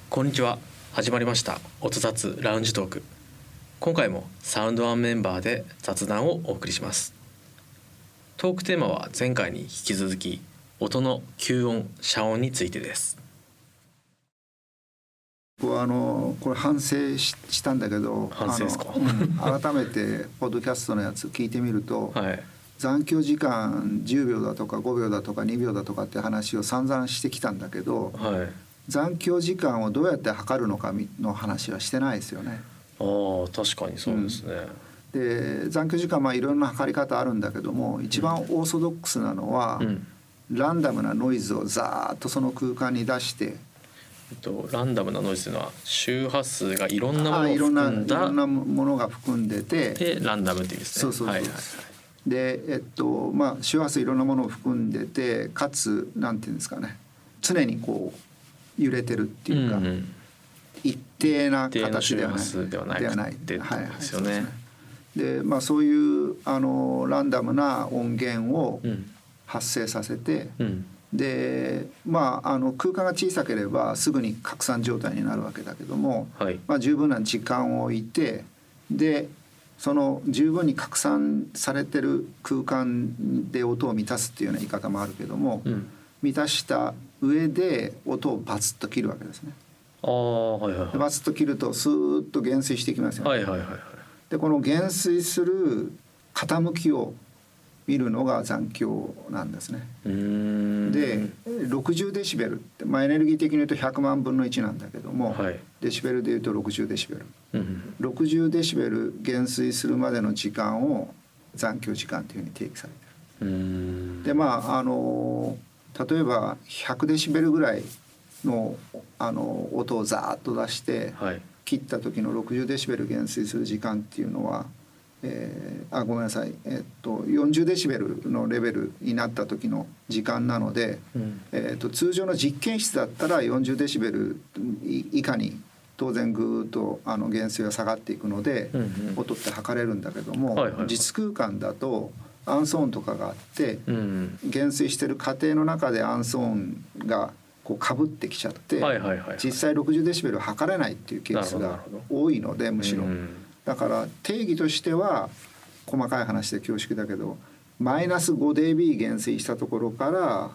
こんにちは。始まりました音雑ラウンジトーク。今回もサウンドワンメンバーで雑談をお送りします。トークテーマは前回に引き続き音の吸音・遮音についてです。 僕はこれ反省したんだけど、 反省ですか？ 改めてポッドキャストのやつ聞いてみると、 はい、 残響時間10秒だとか5秒だとか2秒だとかって話を散々してきたんだけど、 はい、 残響時間をどうやって測るのかの話はしてないですよね。 ああ、確かにそうですね。 で残響時間いろんな測り方あるんだけども、一番オーソドックスなのは、ランダムなノイズをザーッとその空間に出して、 ランダムなノイズというのは周波数がいろんなものを含んだ、 いろんなものが含んでて、 でランダムっていう意味ですね。 そうそうそう、はいはいはい、で周波数いろんなものを含んでて、かつなんていうんですかね、常にこう揺れてるっていうか、一定な形ではないっていうことですよね。 でそういうランダムな音源を発生させて、で空間が小さければすぐに拡散状態になるわけだけども、はい、十分な時間を置いて、でその十分に拡散されてる空間で音を満たすっていうような言い方もあるけども、満たした上で音をバツッと切るわけですね。 はいはいはい、 バツッと切るとスーッと減衰していきますよね。 はいはいはいはい、 でこの減衰する傾きを見るのが残響なんですね。で60デシベルって、エネルギー的に言うと100万分の1なんだけども、はい、デシベルで言うと60デシベル、60デシベル減衰するまでの時間を残響時間というふうに定義されてる。で例えば100デシベルぐらいの音をザーッと出して、はい、切った時の60デシベル減衰する時間っていうのは、ごめんなさい、40デシベルのレベルになった時の時間なので、通常の実験室だったら40デシベル以下に当然ぐーっと減衰が下がっていくので、音って測れるんだけども、はいはいはい、実空間だと暗騒音とかがあって、減衰してる過程の中で暗騒音がこうかぶってきちゃって、実際60デシベル測れないっていうケースが多いので、むしろだから定義としては細かい話で恐縮だけど、マイナス 5dB 減衰したところから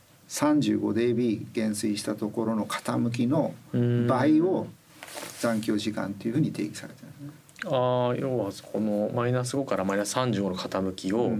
35dB 減衰したところの傾きの倍を残響時間というふうに定義されてるんですね。 要はこのマイナス5からマイナス35の傾きを、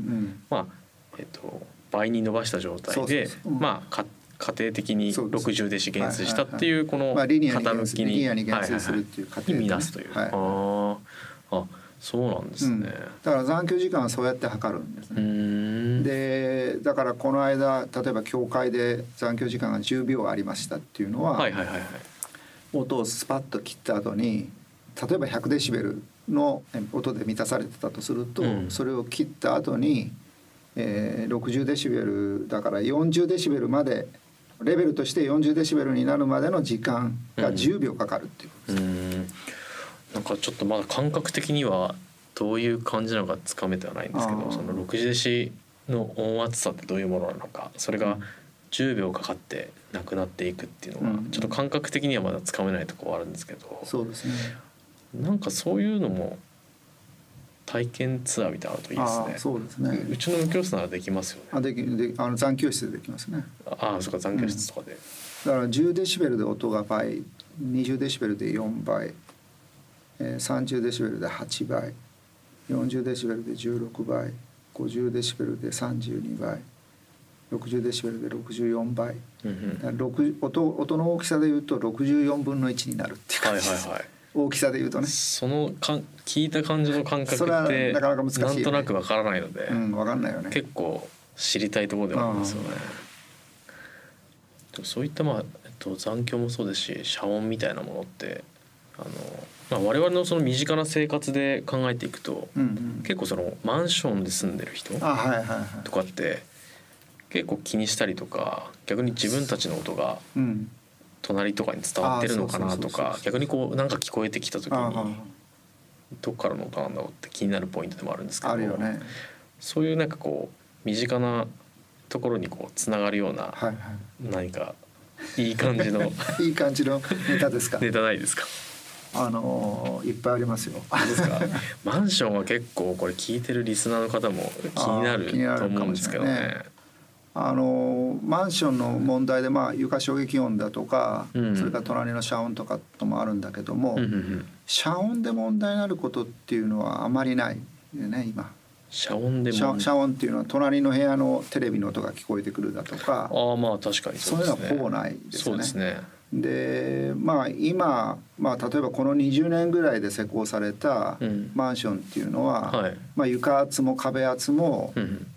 倍に伸ばした状態で家庭的に60デシ減衰したっていうこの傾きにリニアに減衰するっていう過程に見なすという、そうなんですね。 だから残響時間はそうやって測るんですね。でだからこの間例えば教会で残響時間が10秒ありましたっていうのは、音をスパッと切った後に、例えば100デシベルの音で満たされてたとすると、それを切った後に、60デシベルだから40デシベルまでレベルとして40デシベルになるまでの時間が10秒かかるっていうことです。 なんかちょっとまだ感覚的にはどういう感じなのかつかめてはないんですけど、その60デシの音圧差ってどういうものなのか、それが10秒かかってなくなっていくっていうのがちょっと感覚的にはまだつかめないところはあるんですけど、 そうですね、 なんかそういうのも体験ツアーみたいなのといいですね。 そうですね。 うちの教室ならできますよね。 残響室でできますね。 そうか、残響室とかで、 だから10デシベルで音が倍、20デシベルで4倍、30デシベルで8倍、40デシベルで16倍、50デシベルで32倍、60デシベルで64倍、音の大きさでいうと64分の1になるっていう感じです。大きさでいうとね、 その聞いた感じの感覚ってなかなか難しい、ね、 なんとなくわからないので、 わかんないよね。 結構知りたいところではありますよね。そういった残響もそうですし、遮音みたいなものって我々のその身近な生活で考えていくと、結構そのマンションで住んでる人とかって結構気にしたりとか、逆に自分たちの音が隣とかに伝わってるのかなとか、逆にこうなんか聞こえてきた時にどっからの音なんだろうって気になるポイントでもあるんですけど、そういうなんかこう身近なところにこうつながるような何かいい感じのいい感じのネタですか。 ネタないですか。 いっぱいありますよ。 ですか。マンションは結構これ聞いてるリスナーの方も気になると思うんですけどね。 マンションの問題で、床衝撃音だとか、それから隣の遮音とかともあるんだけども、遮音で問題になることっていうのはあまりないよね今。 遮音でも遮音っていうのは隣の部屋のテレビの音が聞こえてくるだとか、 確かにそういうのはほぼないですよね。 そうですね。 で今、例えばこの20年ぐらいで施工されたマンションっていうのは、床圧も壁圧も、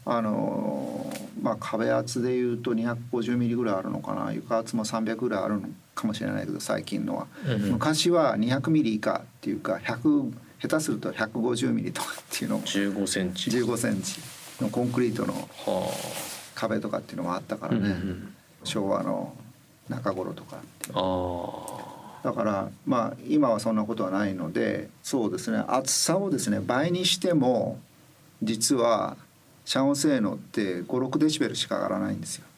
壁圧でいうと250ミリぐらいあるのかな、床圧も300ぐらいあるのかもしれないけど最近のは、昔は200ミリ以下っていうか下手すると150ミリとかっていうのも 15センチのコンクリートの壁とかっていうのもあったからね、昭和の中頃とかだから今はそんなことはないので、そうですね、厚さをですね倍にしても実は遮音性能って5-6デシベルしか上がらないんですよ。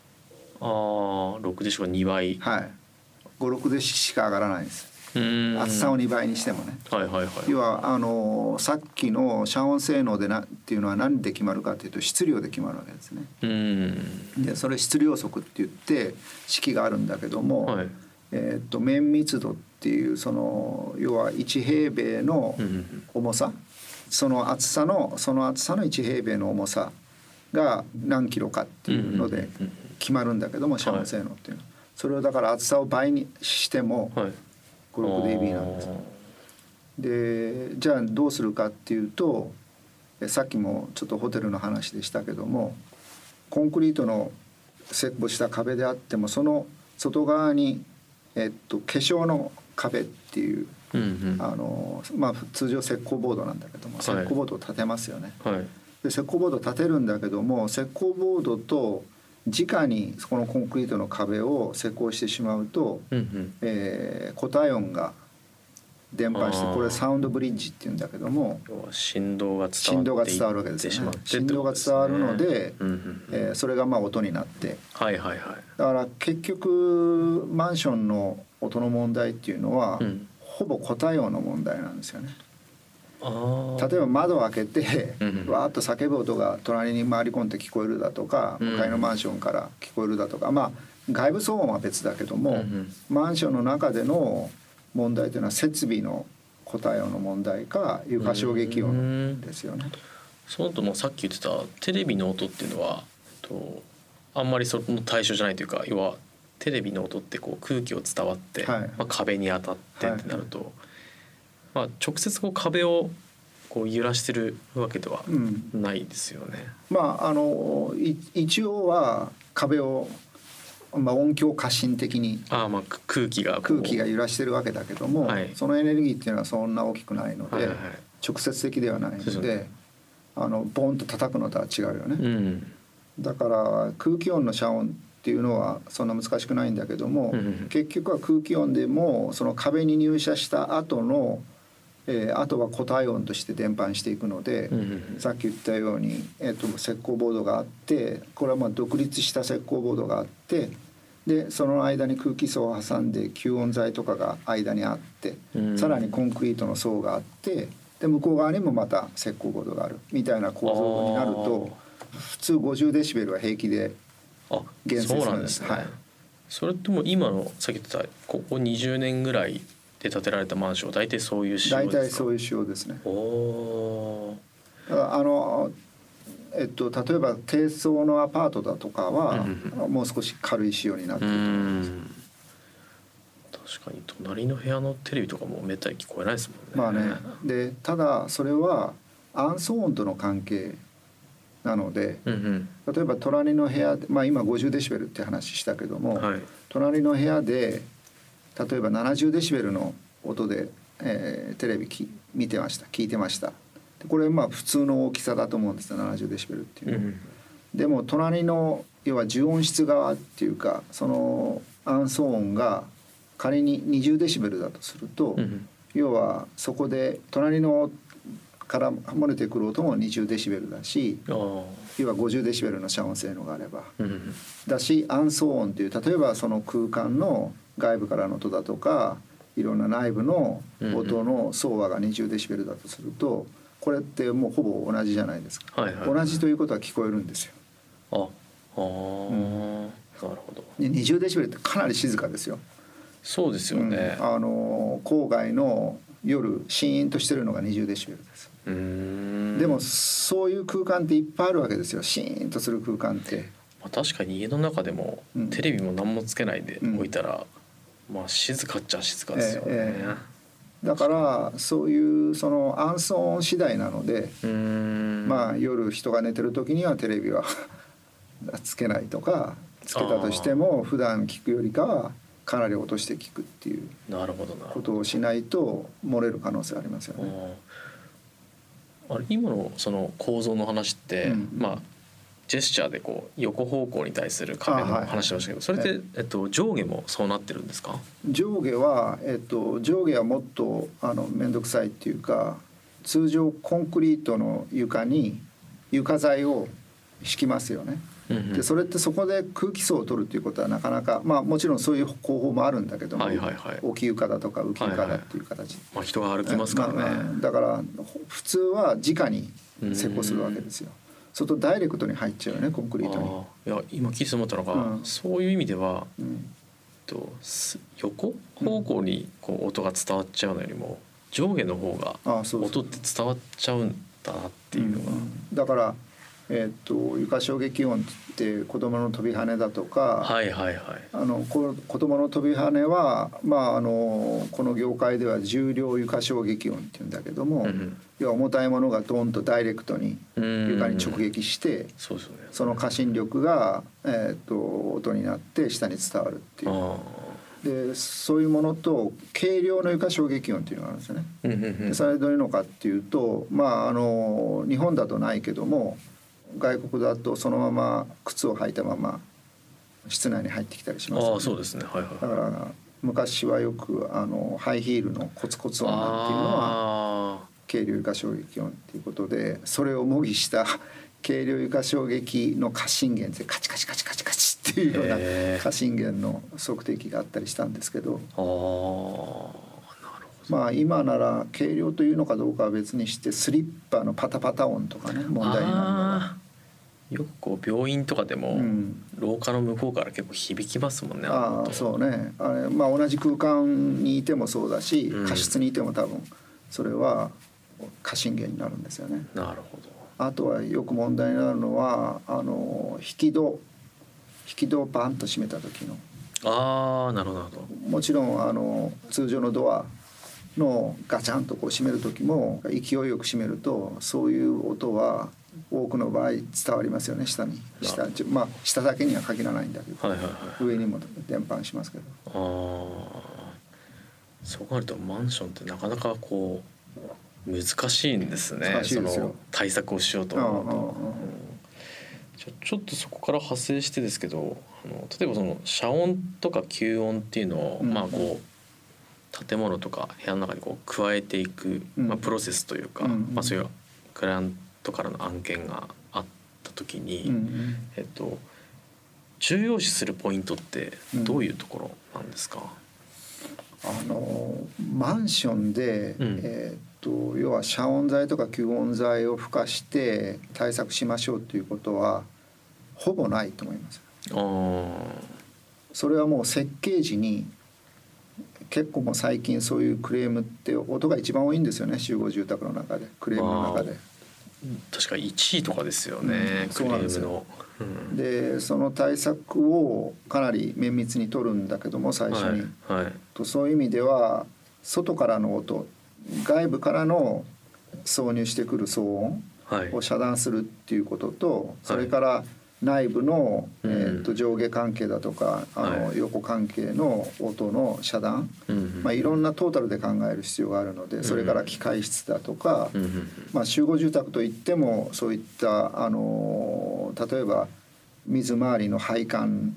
6デシベル2倍。 はい、5-6デシしか上がらないんです。厚さを2倍にしてもね。要はさっきの遮音性能でっていうのは何で決まるかというと質量で決まるわけですね。でそれ質量則って言って式があるんだけども、面密度っていう要は1平米の重さ、その厚さの1平米の重さが何キロかっていうので決まるんだけども、遮音性能っていうのはそれをだから厚さを倍にしても、5-6dB なんです。でじゃあどうするかっていうと、さっきもちょっとホテルの話でしたけども、コンクリートの切固した壁であってもその外側に、化粧の壁っていう、通常石膏ボードなんだけども、石膏ボードを立てますよね。で石膏ボードを立てるんだけども、石膏ボードと直にこのコンクリートの壁を施工してしまうと、固体音が伝播して、これサウンドブリッジっていうんだけども、 振動が伝わるわけですよね。振動が伝わるので、それが音になって、だから結局マンションの音の問題っていうのは、ほぼ固体音の問題なんですよね。例えば窓を開けてわーっと叫ぶ音が隣に回り込んで聞こえるだとか、向かいのマンションから聞こえるだとか、外部騒音は別だけども、マンションの中での問題というのは設備の固体音の問題か床衝撃音ですよね。 そのとさっき言ってたテレビの音っていうのはあんまりその対象じゃないというか、要はテレビの音って空気を伝わって、壁に当たってってなると、直接壁を揺らしてるわけではないですよね。 一応は壁を、音響過信的に空気が揺らしてるわけだけども、そのエネルギーっていうのはそんな大きくないので、直接的ではないので、ボンと叩くのとは違うよね。だから空気音の遮音っていうのはそんな難しくないんだけども、結局は空気音でもその壁に入射した後のあとは固体音として伝播していくので、さっき言ったように、石膏ボードがあって、これは独立した石膏ボードがあって、でその間に空気層を挟んで吸音材とかが間にあって、さらにコンクリートの層があって、で向こう側にもまた石膏ボードがあるみたいな構造になると、普通50デシベルは平気で減衰するんですね。それってもう今のさっき言ってたここ20年ぐらいで建てられたマンションは大体そういう仕様ですか？ 大体そういう仕様ですね。例えば低層のアパートだとかはもう少し軽い仕様になっていると思います。 確かに隣の部屋のテレビとかもめったに聞こえないですもんね。 でただそれは暗騒音との関係なので、例えば隣の部屋で、今50デシベルって話したけども、隣の部屋で例えば70デシベルの音で、テレビ見てました、聞いてました。これ普通の大きさだと思うんですよ、70デシベルっていうの。でも隣の要は受音室側っていうか、その暗騒音が仮に20デシベルだとすると、要はそこで隣のから漏れてくる音も20デシベルだし、要は50デシベルの遮音性能があれば、だし暗騒音っていう例えばその空間の外部からの音だとかいろんな内部の音の相和が20デシベルだとすると、これってもうほぼ同じじゃないですか、同じということは聞こえるんですよ。 なるほど。 20デシベルってかなり静かですよ。 そうですよね、 郊外の夜シーンとしてるのが20デシベルです。でもそういう空間っていっぱいあるわけですよ、シーンとする空間って。 確かに家の中でも、テレビも何もつけないで置いたら、静かっちゃ静かですよね。 だからそういうその暗騒音次第なので、夜人が寝てる時にはテレビはつけないとか、つけたとしても普段聞くよりかはかなり落として聞くっていうことをしないと漏れる可能性ありますよね。 今のその構造の話って、ジェスチャーでこう横方向に対する壁の話しましたけど、それって、上下もそうなってるんですか？ 上下は、上下はもっと面倒くさいっていうか、通常コンクリートの床に床材を敷きますよね。でそれってそこで空気層を取るっていうことはなかなか、もちろんそういう工法もあるんだけども、置き床だとか浮き床だっていう形、 人が歩きますからね、 だから普通は直に施工するわけですよ。そうするとダイレクトに入っちゃうよね、コンクリートに。 いや今聞いて思ったのが、そういう意味では、横方向にこう音が伝わっちゃうのよりも上下の方が音って伝わっちゃうんだなっていうのが、 だから床衝撃音って子供の飛び跳ねだとか、子供の飛び跳ねは、この業界では重量床衝撃音っていうんだけども、要は重たいものがドンとダイレクトに床に直撃して、その過信力が、音になって下に伝わるっていう。でそういうものと軽量の床衝撃音っていうのがあるんですよね。でそれはどういうのかっていうと、日本だとないけども外国だとそのまま靴を履いたまま室内に入ってきたりしますよね。 そうですね、 だから昔はよくハイヒールのコツコツ音なんていうのは軽量床衝撃音っていうことで、それを模擬した軽量床衝撃の過震源でカチカチカチカチカチっていうような過震源の測定器があったりしたんですけど、今なら軽量というのかどうかは別にしてスリッパのパタパタ音とかね問題になるのがよくこう病院とかでも廊下の向こうから結構響きますもんね。 そうね、あれ同じ空間にいてもそうだし、過失にいても多分それは過震源になるんですよね。 なるほど。 あとはよく問題になるのは引き戸をバンと閉めた時の、 なるほど。 もちろん通常のドアのガチャンとこう閉める時も勢いよく閉めるとそういう音は多くの場合伝わりますよね。下だけには限らないんだけど、上にも伝播しますけど。 そう考えるとマンションってなかなかこう難しいんですね。 難しいですよ。 その対策をしようと思うと。ちょっとそこから派生してですけど、例えばその遮音とか吸音っていうのを、こう建物とか部屋の中にこう加えていく、プロセスというか、そういうクライアントからの案件があった時に、重要視するポイントってどういうところなんですか？ マンションで、要は遮音材とか吸音材を付加して対策しましょうということはほぼないと思います。それはもう設計時に結構もう最近そういうクレームって音が一番多いんですよね、集合住宅の中でクレームの中で。 確か1位とかですよね、クレームの。 でその対策をかなり綿密に取るんだけども最初に、そういう意味では外からの音、外部からの挿入してくる騒音を遮断するっていうことと、それから内部の、上下関係だとか横関係の音の遮断、いろんなトータルで考える必要があるので、それから機械室だとか、集合住宅といってもそういった例えば水回りの配管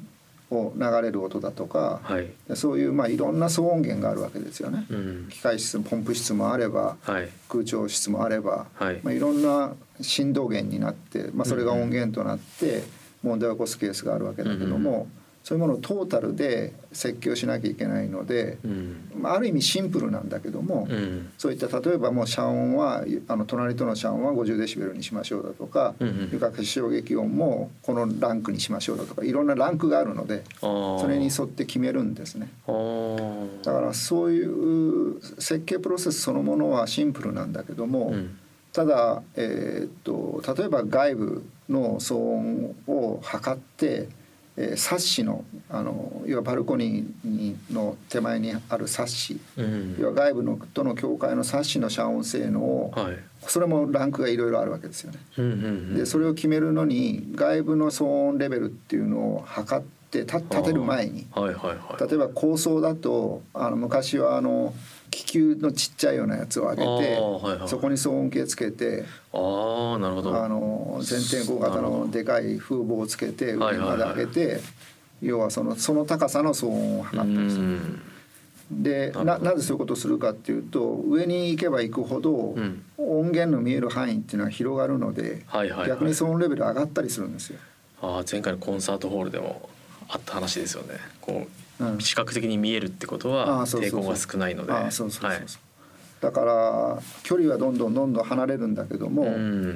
を流れる音だとか、 はい、 そういういろんな騒音源があるわけですよね。機械室ポンプ室もあれば、はい、空調室もあれば、はい、いろんな振動源になって、それが音源となって問題を起こすケースがあるわけだけども、そういうものをトータルで設計をしなきゃいけないので、ある意味シンプルなんだけども、そういった例えばもう遮音は隣との遮音は50デシベルにしましょうだとか、床下衝撃音もこのランクにしましょうだとか、いろんなランクがあるのでそれに沿って決めるんですね。だからそういう設計プロセスそのものはシンプルなんだけども、ただ、例えば外部の騒音を測ってサッシの要はバルコニーの手前にあるサッシ、要は外部のとの境界のサッシの遮音性能を、はい、それもランクがいろいろあるわけですよね。でそれを決めるのに外部の騒音レベルっていうのを測って立てる前に、例えば高層だと昔は気球のちっちゃいようなやつを上げて、そこに騒音計つけて、 なるほど、 全天候型のでかい風防をつけて上まで上げて、要はその高さの騒音を測ったりする。でなぜそういうことをするかっていうと、上に行けば行くほど音源の見える範囲っていうのは広がるので、逆に騒音レベル上がったりするんですよ。 前回のコンサートホールでもあった話ですよね。視覚的に見えるってことは抵抗が少ないので、だから距離はどんどん離れるんだけども、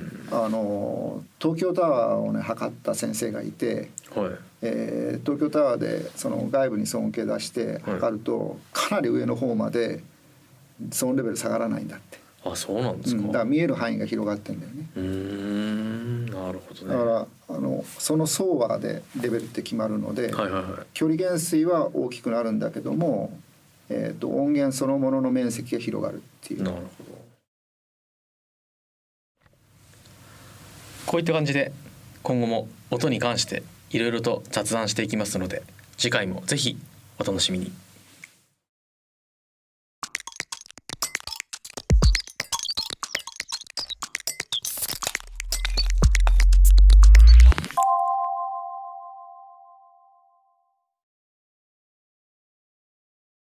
東京タワーをね測った先生がいて、はい、東京タワーでその外部に騒音計出して測ると、かなり上の方まで騒音レベル下がらないんだって。 そうなんですか。 だから見える範囲が広がってんだよね。なるほどね。だからその総和でレベルって決まるので、距離減衰は大きくなるんだけども、音源そのものの面積が広がるっていう。 なるほど。こういった感じで今後も音に関していろいろと雑談していきますので、次回もぜひお楽しみに。